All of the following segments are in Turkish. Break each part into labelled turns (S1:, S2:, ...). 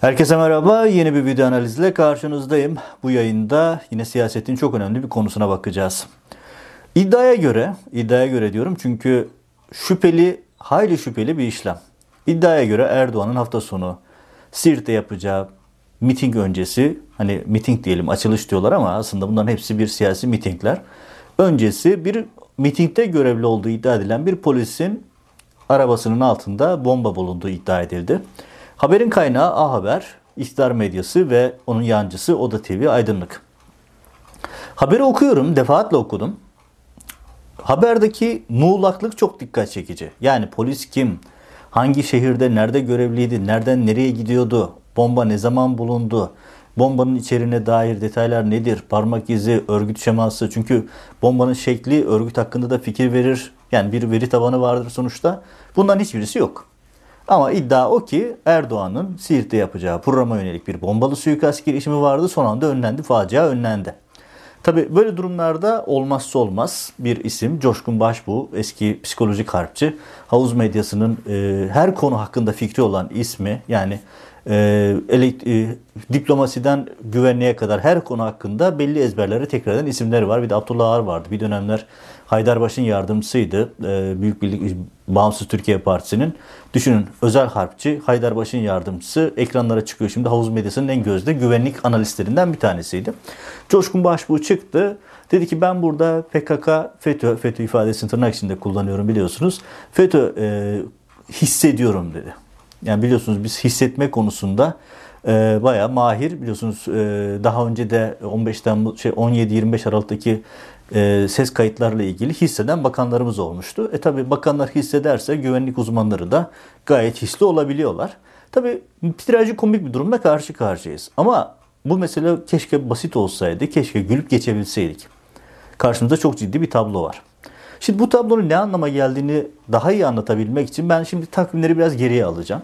S1: Herkese merhaba. Yeni bir video analizle karşınızdayım. Bu yayında yine siyasetin çok önemli bir konusuna bakacağız. İddiaya göre diyorum çünkü hayli şüpheli bir işlem. İddiaya göre Erdoğan'ın hafta sonu Siirt'te yapacağı miting öncesi, hani miting diyelim, açılış diyorlar ama aslında bunların hepsi bir siyasi mitingler. Öncesi bir mitingde görevli olduğu iddia edilen bir polisin arabasının altında bomba bulunduğu iddia edildi. Haberin kaynağı A Haber, iktidar medyası ve onun yancısı Oda TV Aydınlık. Haberi okuyorum, defaatle okudum. Haberdeki muğlaklık çok dikkat çekici. Yani polis kim, hangi şehirde, nerede görevliydi, nereden nereye gidiyordu, bomba ne zaman bulundu, bombanın içeriğine dair detaylar nedir, parmak izi, örgüt şeması. Çünkü bombanın şekli örgüt hakkında da fikir verir. Yani bir veri tabanı vardır sonuçta. Bunların hiçbirisi yok. Ama iddia o ki Erdoğan'ın Siirt'te yapacağı programa yönelik bir bombalı suikast girişimi vardı. Son anda önlendi, facia önlendi. Tabii böyle durumlarda olmazsa olmaz bir isim Coşkun Başbuğ, eski psikolojik harpçi, havuz medyasının her konu hakkında fikri olan ismi, yani diplomasiden güvenliğe kadar her konu hakkında belli ezberlere tekrardan isimleri var. Bir de Abdullah Ağar vardı. Bir dönemler Haydarbaş'ın yardımcısıydı. Büyük Birlik Bağımsız Türkiye Partisi'nin. Düşünün, özel harpçi, Haydarbaş'ın yardımcısı, ekranlara çıkıyor. Şimdi havuz medyasının en gözde güvenlik analistlerinden bir tanesiydi. Coşkun Başbuğ çıktı. Dedi ki ben burada PKK, FETÖ ifadesini tırnak içinde kullanıyorum biliyorsunuz. FETÖ hissediyorum dedi. Yani biliyorsunuz biz hissetme konusunda bayağı mahir. Biliyorsunuz daha önce de 17-25 Aralık'taki ses kayıtlarla ilgili hisseden bakanlarımız olmuştu. Tabi bakanlar hissederse güvenlik uzmanları da gayet hisli olabiliyorlar. Tabi trajikomik bir durumla karşı karşıyayız. Ama bu mesele keşke basit olsaydı, keşke gülüp geçebilseydik. Karşımızda çok ciddi bir tablo var. Şimdi bu tablonun ne anlama geldiğini daha iyi anlatabilmek için ben şimdi takvimleri biraz geriye alacağım.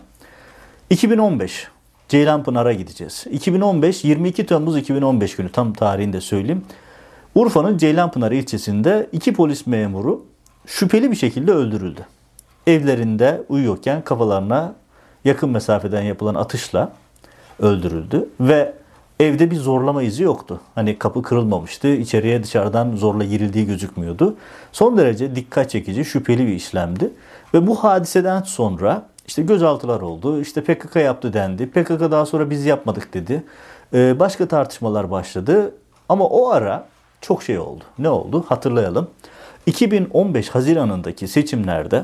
S1: 2015 Ceylanpınar'a gideceğiz. 22 Temmuz 2015 günü, tam tarihini de söyleyeyim. Urfa'nın Ceylanpınar ilçesinde 2 polis memuru şüpheli bir şekilde öldürüldü. Evlerinde uyuyorken kafalarına yakın mesafeden yapılan atışla öldürüldü ve evde bir zorlama izi yoktu. Hani kapı kırılmamıştı, içeriye dışarıdan zorla girildiği gözükmüyordu. Son derece dikkat çekici, şüpheli bir işlemdi. Ve bu hadiseden sonra işte gözaltılar oldu, işte PKK yaptı dendi. PKK daha sonra biz yapmadık dedi. Başka tartışmalar başladı. Ama o ara çok şey oldu. Ne oldu? Hatırlayalım. 2015 Haziran'ındaki seçimlerde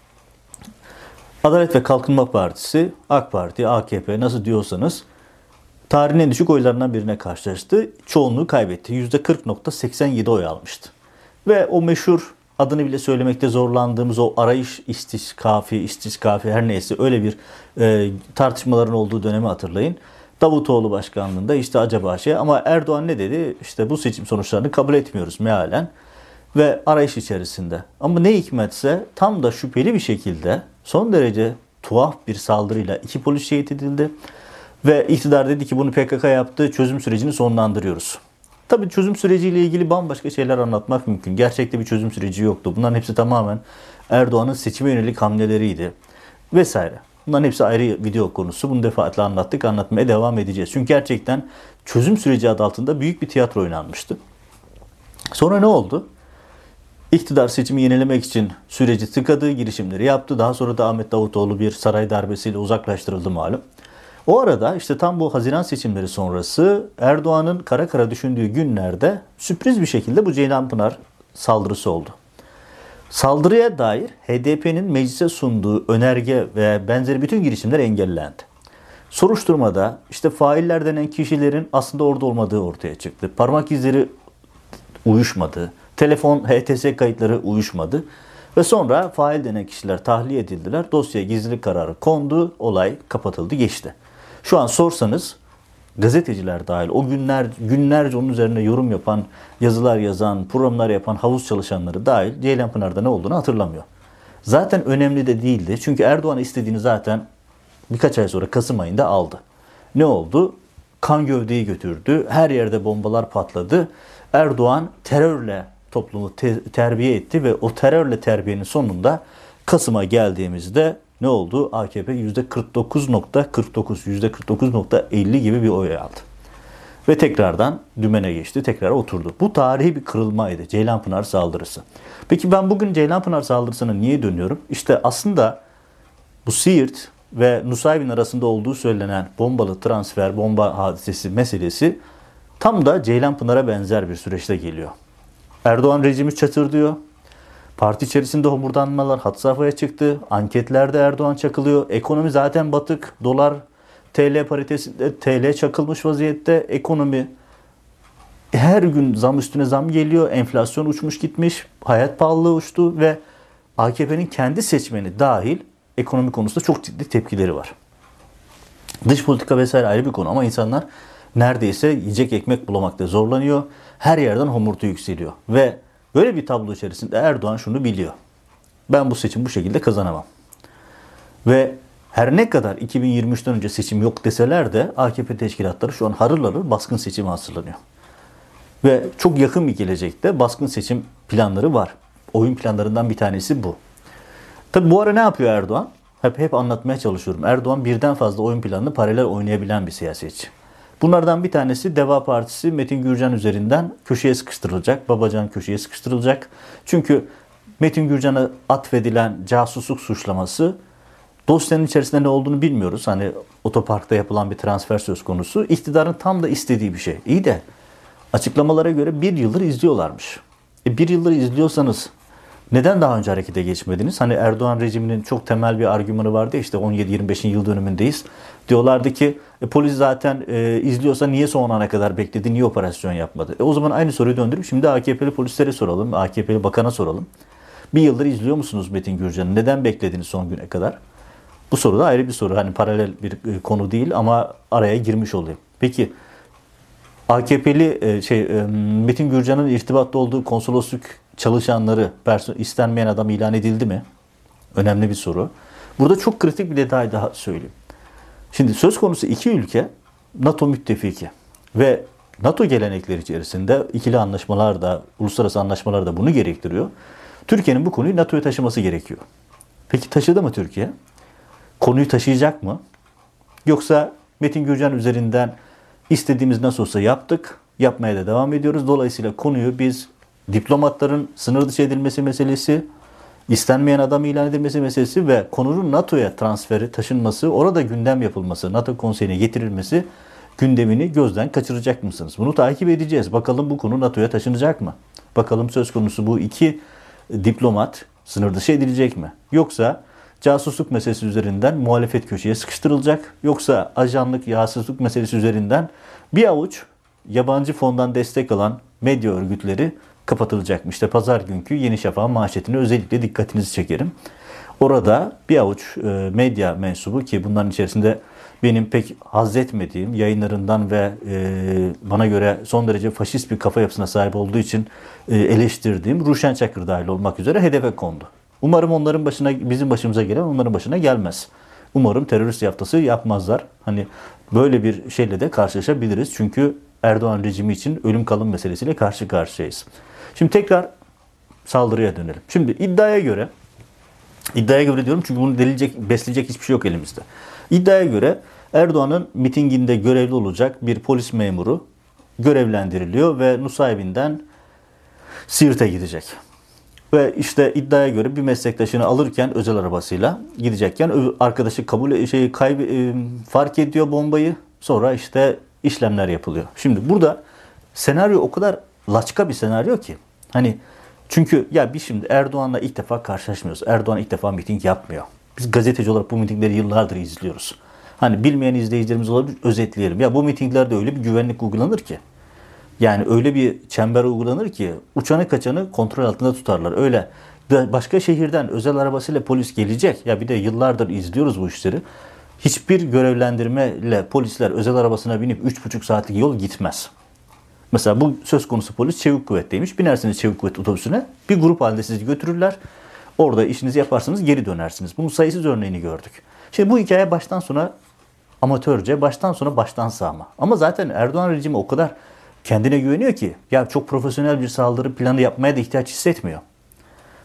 S1: Adalet ve Kalkınma Partisi, AK Parti, AKP nasıl diyorsanız tarihin en düşük oylarından birine karşılaştı. Çoğunluğu kaybetti. %40,87 oy almıştı. Ve o meşhur, adını bile söylemekte zorlandığımız o arayış istiskafi her neyse öyle bir tartışmaların olduğu dönemi hatırlayın. Davutoğlu başkanlığında işte acaba ama Erdoğan ne dedi? İşte bu seçim sonuçlarını kabul etmiyoruz mealen ve arayış içerisinde. Ama ne hikmetse tam da şüpheli bir şekilde son derece tuhaf bir saldırıyla 2 polis şehit edildi. Ve iktidar dedi ki bunu PKK yaptı, çözüm sürecini sonlandırıyoruz. Tabii çözüm süreciyle ilgili bambaşka şeyler anlatmak mümkün. Gerçekte bir çözüm süreci yoktu. Bunların hepsi tamamen Erdoğan'ın seçime yönelik hamleleriydi vesaire. Bunların hepsi ayrı video konusu. Bunu defaatle anlattık, anlatmaya devam edeceğiz. Çünkü gerçekten çözüm süreci adı altında büyük bir tiyatro oynanmıştı. Sonra ne oldu? İktidar seçimi yenilemek için süreci tıkadı, girişimleri yaptı. Daha sonra da Ahmet Davutoğlu bir saray darbesiyle uzaklaştırıldı malum. O arada işte tam bu Haziran seçimleri sonrası Erdoğan'ın kara kara düşündüğü günlerde sürpriz bir şekilde bu Ceylanpınar saldırısı oldu. Saldırıya dair HDP'nin meclise sunduğu önerge ve benzeri bütün girişimler engellendi. Soruşturmada işte failler denen kişilerin aslında orada olmadığı ortaya çıktı. Parmak izleri uyuşmadı. Telefon HTS kayıtları uyuşmadı. Ve sonra fail denen kişiler tahliye edildiler. Dosyaya gizlilik kararı kondu. Olay kapatıldı, geçti. Şu an sorsanız gazeteciler dahil o günlerce onun üzerine yorum yapan, yazılar yazan, programlar yapan havuz çalışanları dahil Ceylanpınar'da ne olduğunu hatırlamıyor. Zaten önemli de değildi. Çünkü Erdoğan istediğini zaten birkaç ay sonra Kasım ayında aldı. Ne oldu? Kan gövdeyi götürdü. Her yerde bombalar patladı. Erdoğan terörle toplumu terbiye etti ve o terörle terbiyenin sonunda Kasım'a geldiğimizde ne oldu? AKP %49.49, %49.50 gibi bir oy aldı. Ve tekrardan dümene geçti, tekrar oturdu. Bu tarihi bir kırılmaydı, Ceylanpınar saldırısı. Peki ben bugün Ceylanpınar saldırısına niye dönüyorum? İşte aslında bu Siirt ve Nusaybin arasında olduğu söylenen bombalı transfer, bomba hadisesi meselesi tam da Ceylanpınar'a benzer bir süreçte geliyor. Erdoğan rejimi çatırdıyor. Parti içerisinde homurdanmalar had safhaya çıktı. Anketlerde Erdoğan çakılıyor. Ekonomi zaten batık. Dolar TL paritesinde TL çakılmış vaziyette. Ekonomi her gün zam üstüne zam geliyor. Enflasyon uçmuş gitmiş. Hayat pahalılığı uçtu ve AKP'nin kendi seçmeni dahil ekonomi konusunda çok ciddi tepkileri var. Dış politika vesaire ayrı bir konu ama insanlar neredeyse yiyecek ekmek bulamakta zorlanıyor. Her yerden homurtu yükseliyor. Ve böyle bir tablo içerisinde Erdoğan şunu biliyor. Ben bu seçim bu şekilde kazanamam. Ve her ne kadar 2023'ten önce seçim yok deseler de AKP teşkilatları şu an harıl harıl baskın seçime hazırlanıyor. Ve çok yakın bir gelecekte baskın seçim planları var. Oyun planlarından bir tanesi bu. Tabi bu ara ne yapıyor Erdoğan? Hep anlatmaya çalışıyorum. Erdoğan birden fazla oyun planını paralel oynayabilen bir siyasetçi. Bunlardan bir tanesi Deva Partisi Metin Gürcan üzerinden köşeye sıkıştırılacak. Babacan köşeye sıkıştırılacak. Çünkü Metin Gürcan'a atfedilen casusluk suçlaması dosyanın içerisinde ne olduğunu bilmiyoruz. Hani otoparkta yapılan bir transfer söz konusu. İktidarın tam da istediği bir şey. İyi de açıklamalara göre bir yıldır izliyorlarmış. Bir yıldır izliyorsanız neden daha önce harekete geçmediniz? Hani Erdoğan rejiminin çok temel bir argümanı vardı ya, işte 17-25. yıl dönümündeyiz. Diyorlardı ki polis zaten izliyorsa niye son ana kadar bekledi, niye operasyon yapmadı? O zaman aynı soruyu döndürüp şimdi AKP'li polislere soralım, AKP'li bakana soralım. Bir yıldır izliyor musunuz Metin Gürcan'ı? Neden beklediniz son güne kadar? Bu soru da ayrı bir soru. Hani paralel bir konu değil ama araya girmiş olayım. Peki AKP'li Metin Gürcan'ın irtibatta olduğu konsolosluk çalışanları istenmeyen adam ilan edildi mi? Önemli bir soru. Burada çok kritik bir detay daha söyleyeyim. Şimdi söz konusu iki ülke NATO müttefiki ve NATO gelenekleri içerisinde ikili anlaşmalar da, uluslararası anlaşmalar da bunu gerektiriyor. Türkiye'nin bu konuyu NATO'ya taşıması gerekiyor. Peki taşıdı mı Türkiye? Konuyu taşıyacak mı? Yoksa Metin Gürcan üzerinden istediğimiz nasıl olsa yaptık, yapmaya da devam ediyoruz. Dolayısıyla konuyu biz diplomatların sınır dışı edilmesi meselesi, istenmeyen adam ilan edilmesi meselesi ve konunun NATO'ya transferi, taşınması, orada gündem yapılması, NATO konseyine getirilmesi gündemini gözden kaçıracak mısınız? Bunu takip edeceğiz. Bakalım bu konu NATO'ya taşınacak mı? Bakalım söz konusu bu iki diplomat sınır dışı edilecek mi? Yoksa casusluk meselesi üzerinden muhalefet köşeye sıkıştırılacak. Yoksa ajanlık, yağsızlık meselesi üzerinden bir avuç yabancı fondan destek alan medya örgütleri kapatılacak mı? İşte pazar günkü Yeni Şafak'ın manşetine özellikle dikkatinizi çekerim. Orada bir avuç medya mensubu, ki bunların içerisinde benim pek haz etmediğim, yayınlarından ve bana göre son derece faşist bir kafa yapısına sahip olduğu için eleştirdiğim Ruşen Çakır dahil olmak üzere hedefe kondu. Umarım onların başına, bizim başımıza gelen onların başına gelmez. Umarım terörist yaftası yapmazlar. Hani böyle bir şeyle de karşılaşabiliriz. Çünkü Erdoğan rejimi için ölüm kalım meselesiyle karşı karşıyayız. Şimdi tekrar saldırıya dönelim. Şimdi iddiaya göre diyorum çünkü bunu besleyecek hiçbir şey yok elimizde. İddiaya göre Erdoğan'ın mitinginde görevli olacak bir polis memuru görevlendiriliyor ve Nusaybin'den Siirt'e gidecek. Ve işte iddiaya göre bir meslektaşını alırken özel arabasıyla gidecekken arkadaşı fark ediyor bombayı. Sonra işte işlemler yapılıyor. Şimdi burada senaryo o kadar laçka bir senaryo ki. Hani çünkü ya biz şimdi Erdoğan'la ilk defa karşılaşmıyoruz. Erdoğan ilk defa miting yapmıyor. Biz gazeteci olarak bu mitingleri yıllardır izliyoruz. Hani bilmeyen izleyicilerimiz olabilir, özetleyelim. Ya bu mitinglerde öyle bir güvenlik uygulanır ki. Yani öyle bir çember uygulanır ki uçanı kaçanı kontrol altında tutarlar. Öyle başka şehirden özel arabasıyla polis gelecek. Ya bir de yıllardır izliyoruz bu işleri. Hiçbir görevlendirmeyle polisler özel arabasına binip 3,5 saatlik yol gitmez. Mesela bu söz konusu polis çevik kuvvetteymiş. Binersiniz çevik kuvvet otobüsüne. Bir grup halinde sizi götürürler. Orada işinizi yaparsanız geri dönersiniz. Bunun sayısız örneğini gördük. Şimdi bu hikaye baştan sona amatörce, baştan sona baştan sağma. Ama zaten Erdoğan rejimi o kadar kendine güveniyor ki ya çok profesyonel bir saldırı planı yapmaya da ihtiyaç hissetmiyor.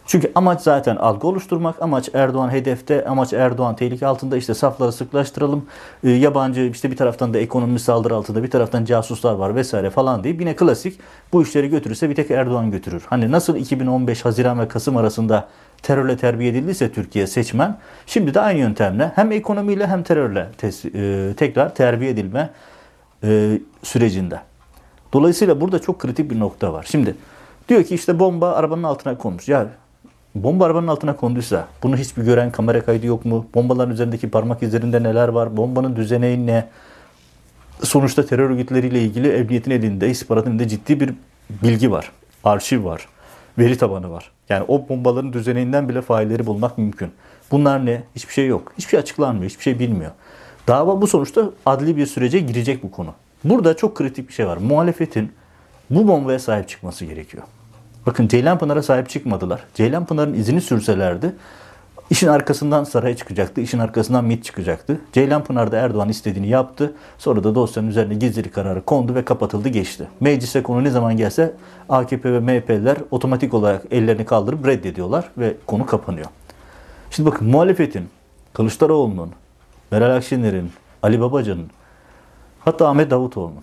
S1: Çünkü amaç zaten algı oluşturmak, amaç Erdoğan hedefte, amaç Erdoğan tehlike altında, işte safları sıklaştıralım, yabancı işte bir taraftan da ekonomi saldırı altında, bir taraftan casuslar var vesaire falan deyip yine klasik bu işleri götürürse bir tek Erdoğan götürür. Hani nasıl 2015 Haziran ve Kasım arasında terörle terbiye edildiyse Türkiye seçmen, şimdi de aynı yöntemle hem ekonomiyle hem terörle tekrar terbiye edilme sürecinde. Dolayısıyla burada çok kritik bir nokta var. Şimdi diyor ki işte bomba arabanın altına konmuş. Ya bomba arabanın altına konduysa bunu hiçbir gören kamera kaydı yok mu? Bombaların üzerindeki parmak izlerinde neler var? Bombanın düzeneği ne? Sonuçta terör örgütleriyle ilgili emniyetin elinde, istihbaratın elinde ciddi bir bilgi var. Arşiv var. Veri tabanı var. Yani o bombaların düzeneğinden bile failleri bulmak mümkün. Bunlar ne? Hiçbir şey yok. Hiçbir şey açıklanmıyor. Hiçbir şey bilmiyor. Dava bu sonuçta adli bir sürece girecek bu konu. Burada çok kritik bir şey var. Muhalefetin bu bombaya sahip çıkması gerekiyor. Bakın Ceylanpınar'a sahip çıkmadılar. Ceylanpınar'ın izini sürselerdi işin arkasından saray çıkacaktı, işin arkasından MİT çıkacaktı. Ceylanpınar'da Erdoğan istediğini yaptı. Sonra da dosyanın üzerine gizlilik kararı kondu ve kapatıldı geçti. Meclise konu ne zaman gelse AKP ve MHP'liler otomatik olarak ellerini kaldırıp reddediyorlar ve konu kapanıyor. Şimdi bakın muhalefetin, Kılıçdaroğlu'nun, Meral Akşener'in, Ali Babacan'ın, hatta Ahmet Davutoğlu'nun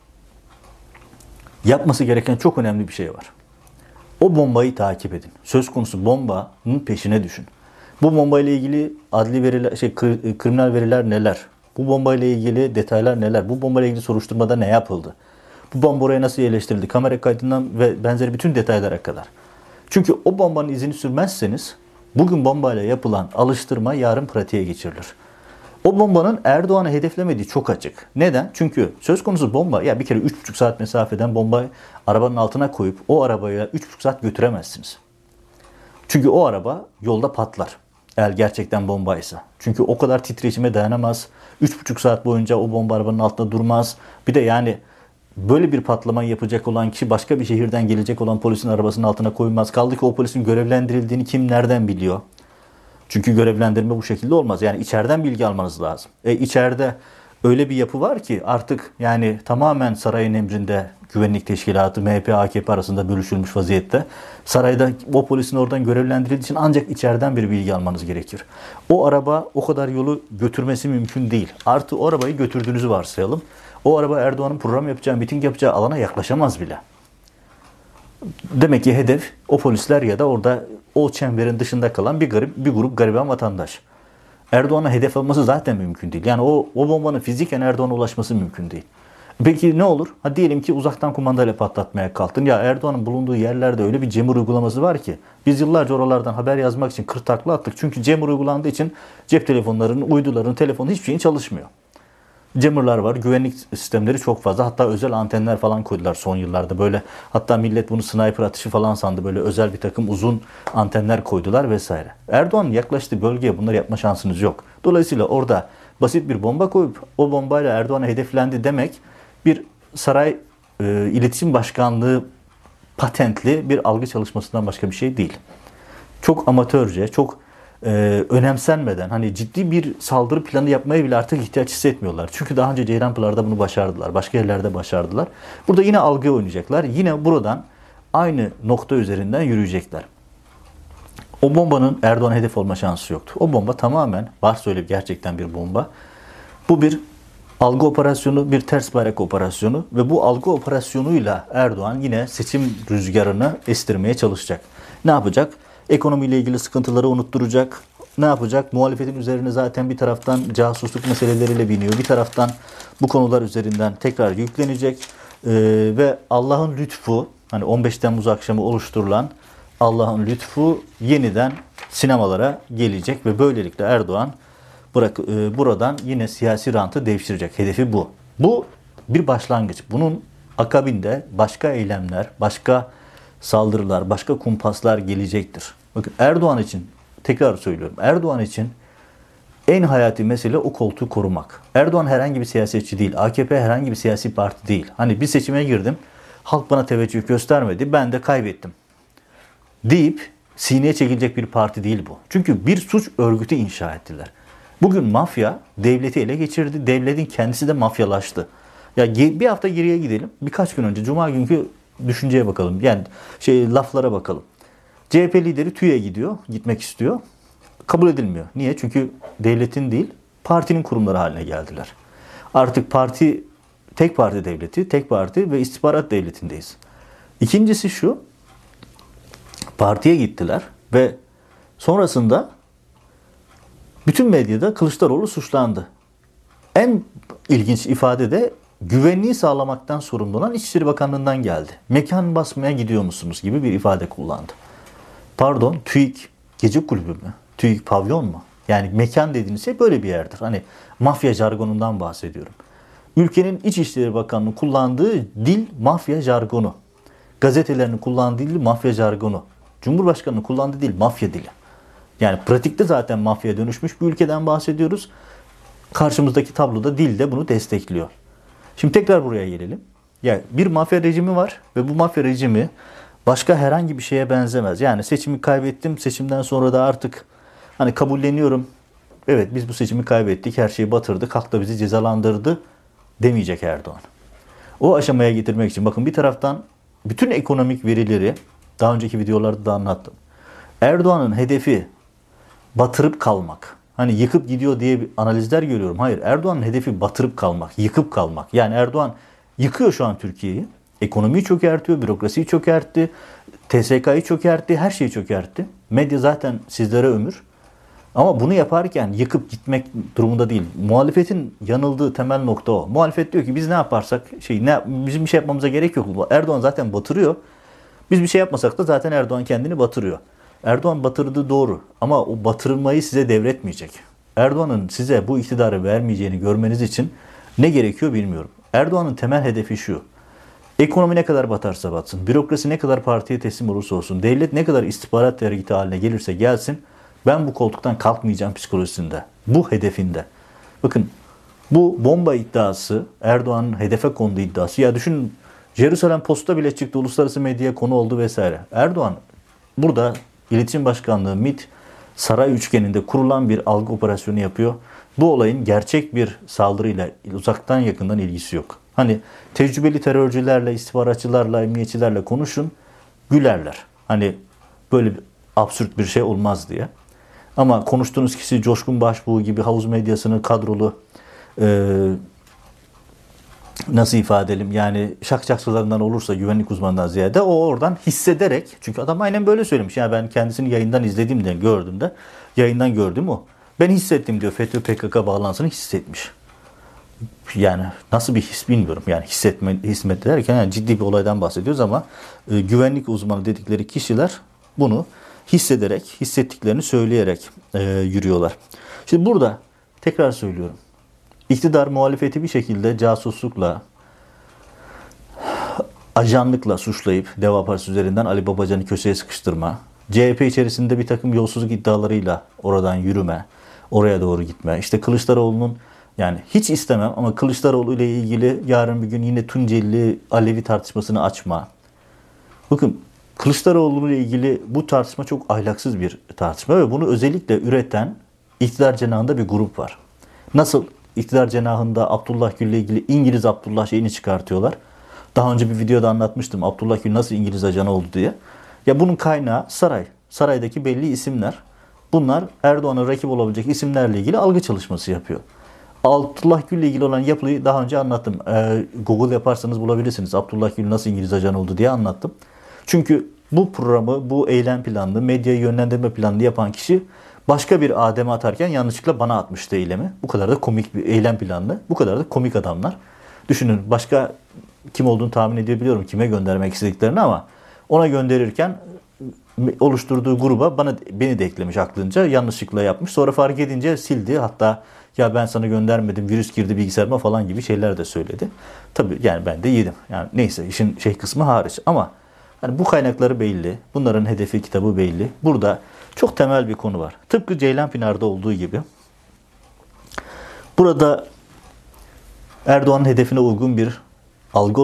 S1: yapması gereken çok önemli bir şey var. O bombayı takip edin. Söz konusu bombanın peşine düşün. Bu bombayla ilgili adli veriler, kriminal veriler neler? Bu bombayla ilgili detaylar neler? Bu bombayla ilgili soruşturmada ne yapıldı? Bu bomba oraya nasıl yerleştirildi? Kamera kaydından ve benzeri bütün detaylara kadar. Çünkü o bombanın izini sürmezseniz bugün bombayla yapılan alıştırma yarın pratiğe geçirilir. O bombanın Erdoğan'ı hedeflemediği çok açık. Neden? Çünkü söz konusu bomba, ya bir kere 3,5 saat mesafeden bombayı arabanın altına koyup o arabayı 3,5 saat götüremezsiniz. Çünkü o araba yolda patlar. Eğer gerçekten bombaysa. Çünkü o kadar titreşime dayanamaz. 3,5 saat boyunca o bomba arabanın altında durmaz. Bir de yani böyle bir patlamayı yapacak olan kişi başka bir şehirden gelecek olan polisin arabasının altına koymaz. Kaldı ki o polisin görevlendirildiğini kim nereden biliyor? Çünkü görevlendirme bu şekilde olmaz. Yani içeriden bilgi almanız lazım. İçeride öyle bir yapı var ki artık yani tamamen sarayın emrinde güvenlik teşkilatı MHP AKP arasında bölüşülmüş vaziyette. Sarayda o polisin oradan görevlendirildiği için ancak içeriden bir bilgi almanız gerekir. O araba o kadar yolu götürmesi mümkün değil. Artı o arabayı götürdüğünüzü varsayalım. O araba Erdoğan'ın program yapacağı, miting yapacağı alana yaklaşamaz bile. Demek ki hedef o polisler ya da orada o çemberin dışında kalan bir grup gariban vatandaş. Erdoğan'a hedef alması zaten mümkün değil. Yani o bombanın fiziken Erdoğan'a ulaşması mümkün değil. Peki ne olur? Ha diyelim ki uzaktan kumandayla patlatmaya kalktın. Ya Erdoğan'ın bulunduğu yerlerde öyle bir Cemur uygulaması var ki biz yıllarca oralardan haber yazmak için 40 takla attık. Çünkü Cemur uygulandığı için cep telefonlarının, uyduların, telefonu hiçbir şeyin çalışmıyor. Jammer'lar var. Güvenlik sistemleri çok fazla. Hatta özel antenler falan koydular son yıllarda. Böyle hatta millet bunu sniper atışı falan sandı. Böyle özel bir takım uzun antenler koydular vesaire. Erdoğan'ın yaklaştığı bölgeye bunları yapma şansınız yok. Dolayısıyla orada basit bir bomba koyup o bombayla Erdoğan'a hedeflendi demek bir saray iletişim başkanlığı patentli bir algı çalışmasından başka bir şey değil. Çok amatörce, çok önemsenmeden hani ciddi bir saldırı planı yapmaya bile artık ihtiyaç hissetmiyorlar. Çünkü daha önce Ceylanpınar'da bunu başardılar. Başka yerlerde başardılar. Burada yine algı oynayacaklar. Yine buradan aynı nokta üzerinden yürüyecekler. O bombanın Erdoğan'a hedef olma şansı yoktu. O bomba tamamen, varsa öyle gerçekten bir bomba. Bu bir algı operasyonu, bir ters bayrak operasyonu ve bu algı operasyonuyla Erdoğan yine seçim rüzgarını estirmeye çalışacak. Ne yapacak? Ekonomiyle ilgili sıkıntıları unutturacak. Ne yapacak? Muhalefetin üzerine zaten bir taraftan casusluk meseleleriyle biniyor. Bir taraftan bu konular üzerinden tekrar yüklenecek. Ve Allah'ın lütfu, hani 15 Temmuz akşamı oluşturulan Allah'ın lütfu yeniden sinemalara gelecek ve böylelikle Erdoğan buradan yine siyasi rantı devşirecek. Hedefi bu. Bu bir başlangıç. Bunun akabinde başka eylemler, başka saldırılar, başka kumpaslar gelecektir. Bakın Erdoğan için, tekrar söylüyorum, Erdoğan için en hayati mesele o koltuğu korumak. Erdoğan herhangi bir siyasetçi değil. AKP herhangi bir siyasi parti değil. Hani bir seçime girdim, halk bana teveccüh göstermedi, ben de kaybettim deyip sineye çekilecek bir parti değil bu. Çünkü bir suç örgütü inşa ettiler. Bugün mafya devleti ele geçirdi. Devletin kendisi de mafyalaştı. Ya bir hafta geriye gidelim. Birkaç gün önce Cuma günkü düşünceye bakalım. Yani laflara bakalım. CHP lideri TÜİ'ye gidiyor, gitmek istiyor. Kabul edilmiyor. Niye? Çünkü devletin değil, partinin kurumları haline geldiler. Artık parti, tek parti devleti, tek parti ve istihbarat devletindeyiz. İkincisi şu, partiye gittiler ve sonrasında bütün medyada Kılıçdaroğlu suçlandı. En ilginç ifade de güvenliği sağlamaktan sorumlu olan İçişleri Bakanlığı'ndan geldi. Mekan basmaya gidiyor musunuz gibi bir ifade kullandı. Pardon, TÜİK gece kulübü mü? TÜİK pavyon mu? Yani mekan dediğiniz şey böyle bir yerdir. Hani mafya jargonundan bahsediyorum. Ülkenin İçişleri Bakanlığı kullandığı dil mafya jargonu. Gazetelerinin kullandığı dil mafya jargonu. Cumhurbaşkanının kullandığı dil mafya dili. Yani pratikte zaten mafyaya dönüşmüş bir ülkeden bahsediyoruz. Karşımızdaki tabloda dil de bunu destekliyor. Şimdi tekrar buraya gelelim. Yani bir mafya rejimi var ve bu mafya rejimi başka herhangi bir şeye benzemez. Yani seçimi kaybettim, seçimden sonra da artık hani kabulleniyorum. Evet, biz bu seçimi kaybettik, her şeyi batırdık, halk da bizi cezalandırdı demeyecek Erdoğan. O aşamaya getirmek için bakın bir taraftan bütün ekonomik verileri daha önceki videolarda da anlattım. Erdoğan'ın hedefi batırıp kalmak. Hani yıkıp gidiyor diye bir analizler görüyorum. Hayır, Erdoğan'ın hedefi batırıp kalmak, yıkıp kalmak. Yani Erdoğan yıkıyor şu an Türkiye'yi. Ekonomiyi çökertiyor, bürokrasiyi çökertti, TSK'yı çökertti, her şeyi çökertti. Medya zaten sizlere ömür. Ama bunu yaparken yıkıp gitmek durumunda değil. Muhalefetin yanıldığı temel nokta o. Muhalefet diyor ki biz ne yaparsak bizim bir şey yapmamıza gerek yok. Erdoğan zaten batırıyor. Biz bir şey yapmasak da zaten Erdoğan kendini batırıyor. Erdoğan batırdığı doğru ama o batırılmayı size devretmeyecek. Erdoğan'ın size bu iktidarı vermeyeceğini görmeniz için ne gerekiyor bilmiyorum. Erdoğan'ın temel hedefi şu. Ekonomi ne kadar batarsa batsın, bürokrasi ne kadar partiye teslim olursa olsun, devlet ne kadar istihbarat örgütü haline gelirse gelsin, ben bu koltuktan kalkmayacağım psikolojisinde. Bu hedefinde. Bakın bu bomba iddiası, Erdoğan'ın hedefe konduğu iddiası. Ya düşünün, Jerusalem Post'ta bile çıktı, uluslararası medyaya konu oldu vesaire. Erdoğan burada İletişim Başkanlığı, MİT, saray üçgeninde kurulan bir algı operasyonu yapıyor. Bu olayın gerçek bir saldırıyla uzaktan yakından ilgisi yok. Hani tecrübeli terörcülerle, istihbaratçılarla, emniyetçilerle konuşun, gülerler. Hani böyle bir absürt bir şey olmaz diye. Ama konuştuğunuz kişi Coşkun Başbuğ gibi havuz medyasının kadrolu nasıl ifade edelim, yani şakşakçılarından olursa, güvenlik uzmanından ziyade o oradan hissederek, çünkü adam aynen böyle söylemiş. Yani ben kendisini yayından izlediğimde, gördüğümde, yayından gördüm o. Ben hissettim diyor, FETÖ PKK bağlantısını hissetmiş. Yani nasıl bir his bilmiyorum. Yani hismet derken yani ciddi bir olaydan bahsediyoruz ama güvenlik uzmanı dedikleri kişiler bunu hissederek, hissettiklerini söyleyerek yürüyorlar. Şimdi burada tekrar söylüyorum. İktidar muhalefeti bir şekilde casuslukla, ajanlıkla suçlayıp Deva Partisi üzerinden Ali Babacan'ı köşeye sıkıştırma, CHP içerisinde bir takım yolsuzluk iddialarıyla oradan yürüme, oraya doğru gitme. İşte Kılıçdaroğlu'nun, yani hiç istemem ama Kılıçdaroğlu ile ilgili yarın bir gün yine Tunceli Alevi tartışmasını açma. Bakın Kılıçdaroğlu ile ilgili bu tartışma çok ahlaksız bir tartışma ve bunu özellikle üreten iktidar cenahında bir grup var. Nasıl iktidar cenahında Abdullah Gül ile ilgili İngiliz Abdullah şeyini çıkartıyorlar. Daha önce bir videoda anlatmıştım Abdullah Gül nasıl İngiliz ajanı oldu diye. Ya bunun kaynağı saray. Saraydaki belli isimler. Bunlar Erdoğan'a rakip olabilecek isimlerle ilgili algı çalışması yapıyor. Abdullah Gül ile ilgili olan yapıyı daha önce anlattım. Google yaparsanız bulabilirsiniz. Abdullah Gül nasıl İngiliz ajanı oldu diye anlattım. Çünkü bu programı, bu eylem planını, medyayı yönlendirme planını yapan kişi başka bir Adem'e atarken yanlışlıkla bana atmıştı eylemi. Bu kadar da komik bir eylem planını. Bu kadar da komik adamlar. Düşünün, başka kim olduğunu tahmin edebiliyorum, kime göndermek istediklerini, ama ona gönderirken oluşturduğu gruba beni de eklemiş aklınca, yanlışlıkla yapmış. Sonra fark edince sildi. Hatta ya ben sana göndermedim, virüs girdi bilgisayarıma falan gibi şeyler de söyledi. Tabii yani ben de yedim. Yani neyse, işin kısmı hariç ama hani bu kaynakları belli. Bunların hedefi, kitabı belli. Burada çok temel bir konu var. Tıpkı Ceylanpınar'da olduğu gibi. Burada Erdoğan'ın hedefine uygun bir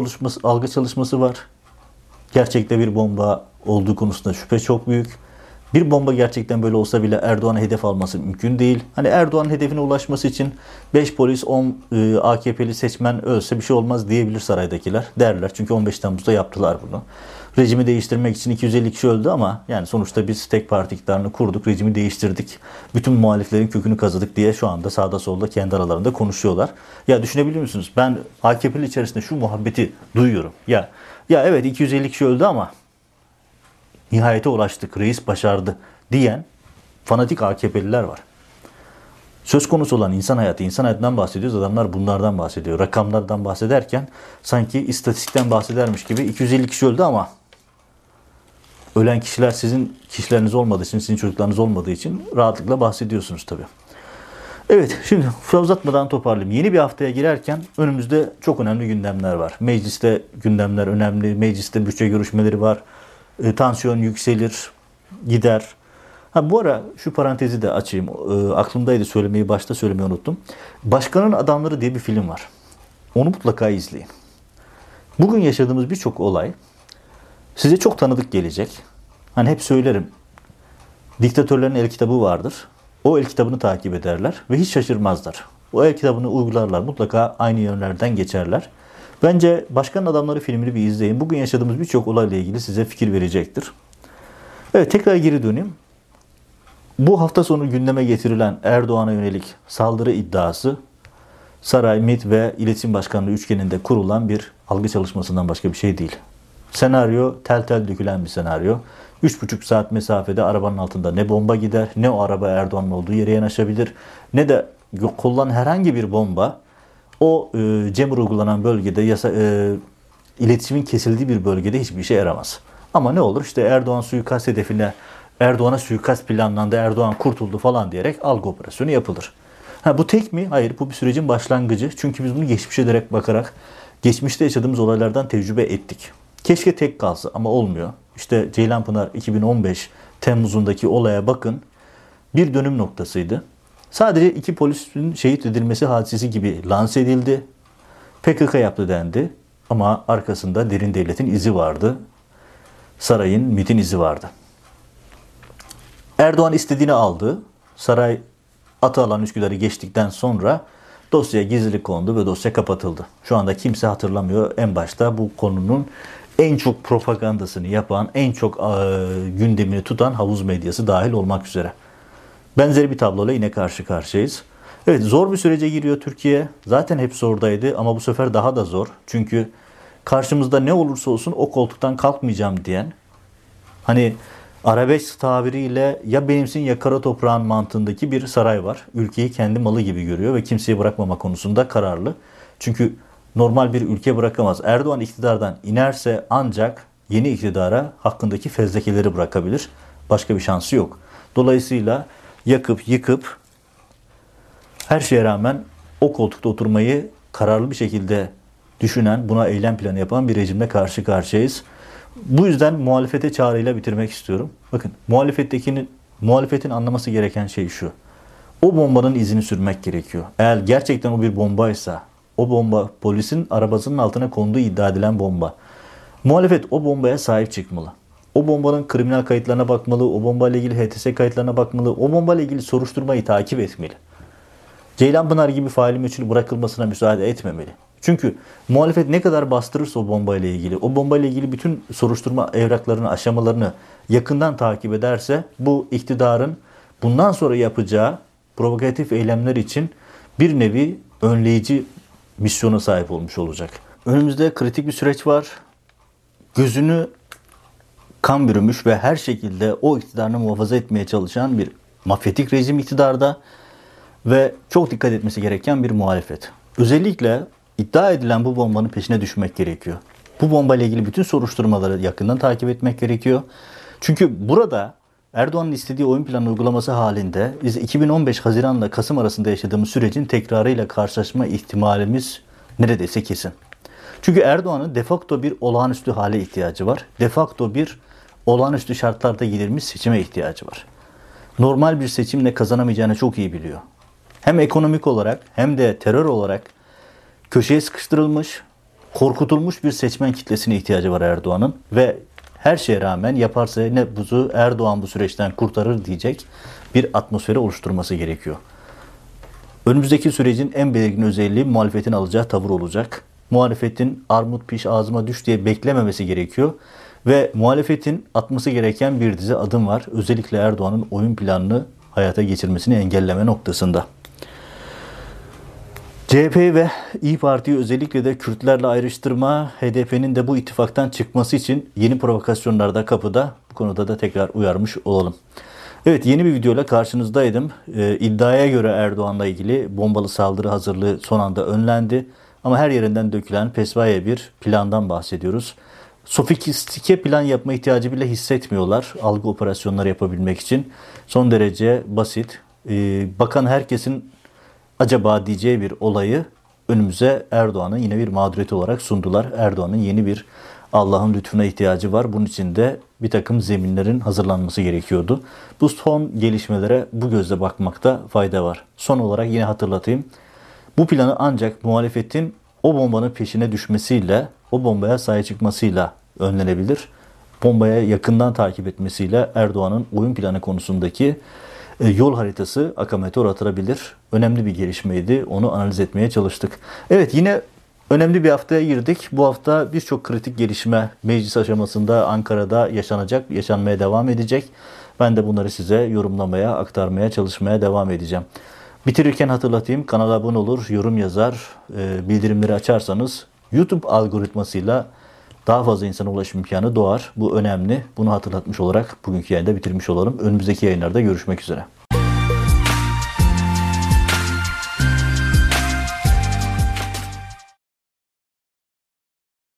S1: algı çalışması var. Gerçekte bir bomba olduğu konusunda şüphe çok büyük. Bir bomba gerçekten böyle olsa bile Erdoğan'a hedef alması mümkün değil. Hani Erdoğan'ın hedefine ulaşması için 5 polis, 10 AKP'li seçmen ölse bir şey olmaz diyebilir saraydakiler. Derler. Çünkü 15 Temmuz'da yaptılar bunu. Rejimi değiştirmek için 250 kişi öldü ama yani sonuçta biz tek parti iktidarını kurduk, rejimi değiştirdik. Bütün muhaliflerin kökünü kazıdık diye şu anda sağda solda kendi aralarında konuşuyorlar. Ya düşünebiliyor musunuz? Ben AKP'li içerisinde şu muhabbeti duyuyorum. Ya evet 250 kişi öldü ama nihayete ulaştık, reis başardı diyen fanatik AKP'liler var. Söz konusu olan insan hayatı, insan hayatından bahsediyoruz. Adamlar bunlardan bahsediyor. Rakamlardan bahsederken sanki istatistikten bahsedermiş gibi 250 kişi öldü ama ölen kişiler sizin kişileriniz olmadığı için, sizin çocuklarınız olmadığı için rahatlıkla bahsediyorsunuz tabii. Evet, şimdi uzatmadan toparlayayım. Yeni bir haftaya girerken önümüzde çok önemli gündemler var. Mecliste gündemler önemli. Mecliste bütçe görüşmeleri var. Tansiyon yükselir, gider. Bu ara şu parantezi de açayım. Aklımdaydı söylemeyi, başta söylemeyi unuttum. Başkanın Adamları diye bir film var. Onu mutlaka izleyin. Bugün yaşadığımız birçok olay size çok tanıdık gelecek. Hani hep söylerim. Diktatörlerin el kitabı vardır. O el kitabını takip ederler ve hiç şaşırmazlar. O el kitabını uygularlar. Mutlaka aynı yönlerden geçerler. Bence Başkanın Adamları filmini bir izleyin. Bugün yaşadığımız birçok olayla ilgili size fikir verecektir. Evet, tekrar geri döneyim. Bu hafta sonu gündeme getirilen Erdoğan'a yönelik saldırı iddiası Saray, MİT ve İletişim Başkanlığı üçgeninde kurulan bir algı çalışmasından başka bir şey değil. Senaryo tel tel dökülen bir senaryo. 3,5 saat mesafede arabanın altında ne bomba gider, ne o araba Erdoğan'ın olduğu yere yanaşabilir, ne de kullanılan herhangi bir bomba o cemur uygulanan bölgede, iletişimin kesildiği bir bölgede hiçbir işe yaramaz. Ama ne olur işte Erdoğan suikast hedefine, Erdoğan'a suikast planlandı, Erdoğan kurtuldu falan diyerek algı operasyonu yapılır. Bu tek mi? Hayır, bu bir sürecin başlangıcı. Çünkü biz bunu geçmişe direkt bakarak geçmişte yaşadığımız olaylardan tecrübe ettik. Keşke tek kalsa ama olmuyor. İşte Ceylanpınar 2015 Temmuz'undaki olaya bakın. Bir dönüm noktasıydı. Sadece 2 polisin şehit edilmesi hadisesi gibi lanse edildi. PKK yaptı dendi. Ama arkasında derin devletin izi vardı. Sarayın, MİT'in izi vardı. Erdoğan istediğini aldı. Saray Atalan Üsküdar'ı geçtikten sonra dosyaya gizlilik kondu ve dosya kapatıldı. Şu anda kimse hatırlamıyor. En başta bu konunun en çok propagandasını yapan, en çok gündemini tutan havuz medyası dahil olmak üzere. Benzeri bir tabloyla yine karşı karşıyayız. Evet, zor bir sürece giriyor Türkiye. Zaten hep zordaydı ama bu sefer daha da zor. Çünkü karşımızda ne olursa olsun o koltuktan kalkmayacağım diyen, hani arabesk tabiriyle ya benimsin ya kara toprağın mantığındaki bir saray var. Ülkeyi kendi malı gibi görüyor ve kimseyi bırakmama konusunda kararlı. Çünkü normal bir ülke bırakamaz. Erdoğan iktidardan inerse ancak yeni iktidara hakkındaki fezlekeleri bırakabilir. Başka bir şansı yok. Dolayısıyla yakıp yıkıp her şeye rağmen o koltukta oturmayı kararlı bir şekilde düşünen, buna eylem planı yapan bir rejimle karşı karşıyayız. Bu yüzden muhalefete çağrıyla bitirmek istiyorum. Bakın, muhalefetin anlaması gereken şey şu. O bombanın izini sürmek gerekiyor. Eğer gerçekten o bir bombaysa, o bomba polisin arabasının altına konduğu iddia edilen bomba. Muhalefet o bombaya sahip çıkmalı. O bombanın kriminal kayıtlarına bakmalı, o bombayla ilgili HTS kayıtlarına bakmalı, o bombayla ilgili soruşturmayı takip etmeli. Ceylanpınar gibi faili meçhul bırakılmasına müsaade etmemeli. Çünkü muhalefet ne kadar bastırırsa o bombayla ilgili, o bombayla ilgili bütün soruşturma evraklarını, aşamalarını yakından takip ederse bu iktidarın bundan sonra yapacağı provokatif eylemler için bir nevi önleyici misyona sahip olmuş olacak. Önümüzde kritik bir süreç var. Gözünü kan bürümüş ve her şekilde o iktidarını muhafaza etmeye çalışan bir mafyatik rejim iktidarda ve çok dikkat etmesi gereken bir muhalefet. Özellikle iddia edilen bu bombanın peşine düşmek gerekiyor. Bu bombayla ilgili bütün soruşturmaları yakından takip etmek gerekiyor. Çünkü burada Erdoğan'ın istediği oyun planı uygulaması halinde biz 2015 Haziran'la Kasım arasında yaşadığımız sürecin tekrarıyla karşılaşma ihtimalimiz neredeyse kesin. Çünkü Erdoğan'ın de facto bir olağanüstü hale ihtiyacı var. De facto bir olağanüstü şartlarda gidilmiş seçime ihtiyacı var. Normal bir seçimle kazanamayacağını çok iyi biliyor. Hem ekonomik olarak hem de terör olarak köşeye sıkıştırılmış, korkutulmuş bir seçmen kitlesine ihtiyacı var Erdoğan'ın ve her şeye rağmen yaparsa ne buzu Erdoğan bu süreçten kurtarır diyecek bir atmosferi oluşturması gerekiyor. Önümüzdeki sürecin en belirgin özelliği muhalefetin alacağı tavır olacak. Muhalefetin armut piş ağzıma düş diye beklememesi gerekiyor. Ve muhalefetin atması gereken bir dizi adım var. Özellikle Erdoğan'ın oyun planını hayata geçirmesini engelleme noktasında. CHP ve İYİ Parti'yi özellikle de Kürtlerle ayrıştırma, HDP'nin de bu ittifaktan çıkması için yeni provokasyonlar da kapıda. Bu konuda da tekrar uyarmış olalım. Evet, yeni bir videoyla karşınızdaydım. İddiaya göre Erdoğan'la ilgili bombalı saldırı hazırlığı son anda önlendi. Ama her yerinden dökülen pespaye bir plandan bahsediyoruz. Sofistike plan yapma ihtiyacı bile hissetmiyorlar algı operasyonları yapabilmek için. Son derece basit. Bakan herkesin acaba diyeceği bir olayı önümüze Erdoğan'ın yine bir mağduriyeti olarak sundular. Erdoğan'ın yeni bir Allah'ın lütfuna ihtiyacı var. Bunun için de bir takım zeminlerin hazırlanması gerekiyordu. Bu son gelişmelere bu gözle bakmakta fayda var. Son olarak yine hatırlatayım. Bu planı ancak muhalefetin o bombanın peşine düşmesiyle, o bombaya sahip çıkmasıyla önlenebilir. Bombaya yakından takip etmesiyle Erdoğan'ın oyun planı konusundaki yol haritası akametor atılabilir. Önemli bir gelişmeydi. Onu analiz etmeye çalıştık. Evet, yine önemli bir haftaya girdik. Bu hafta birçok kritik gelişme meclis aşamasında Ankara'da yaşanacak, yaşanmaya devam edecek. Ben de bunları size yorumlamaya, aktarmaya çalışmaya devam edeceğim. Bitirirken hatırlatayım, kanala abone olur, yorum yazar, bildirimleri açarsanız YouTube algoritmasıyla daha fazla insana ulaşım imkanı doğar. Bu önemli. Bunu hatırlatmış olarak bugünkü yayında bitirmiş olalım. Önümüzdeki yayınlarda görüşmek üzere.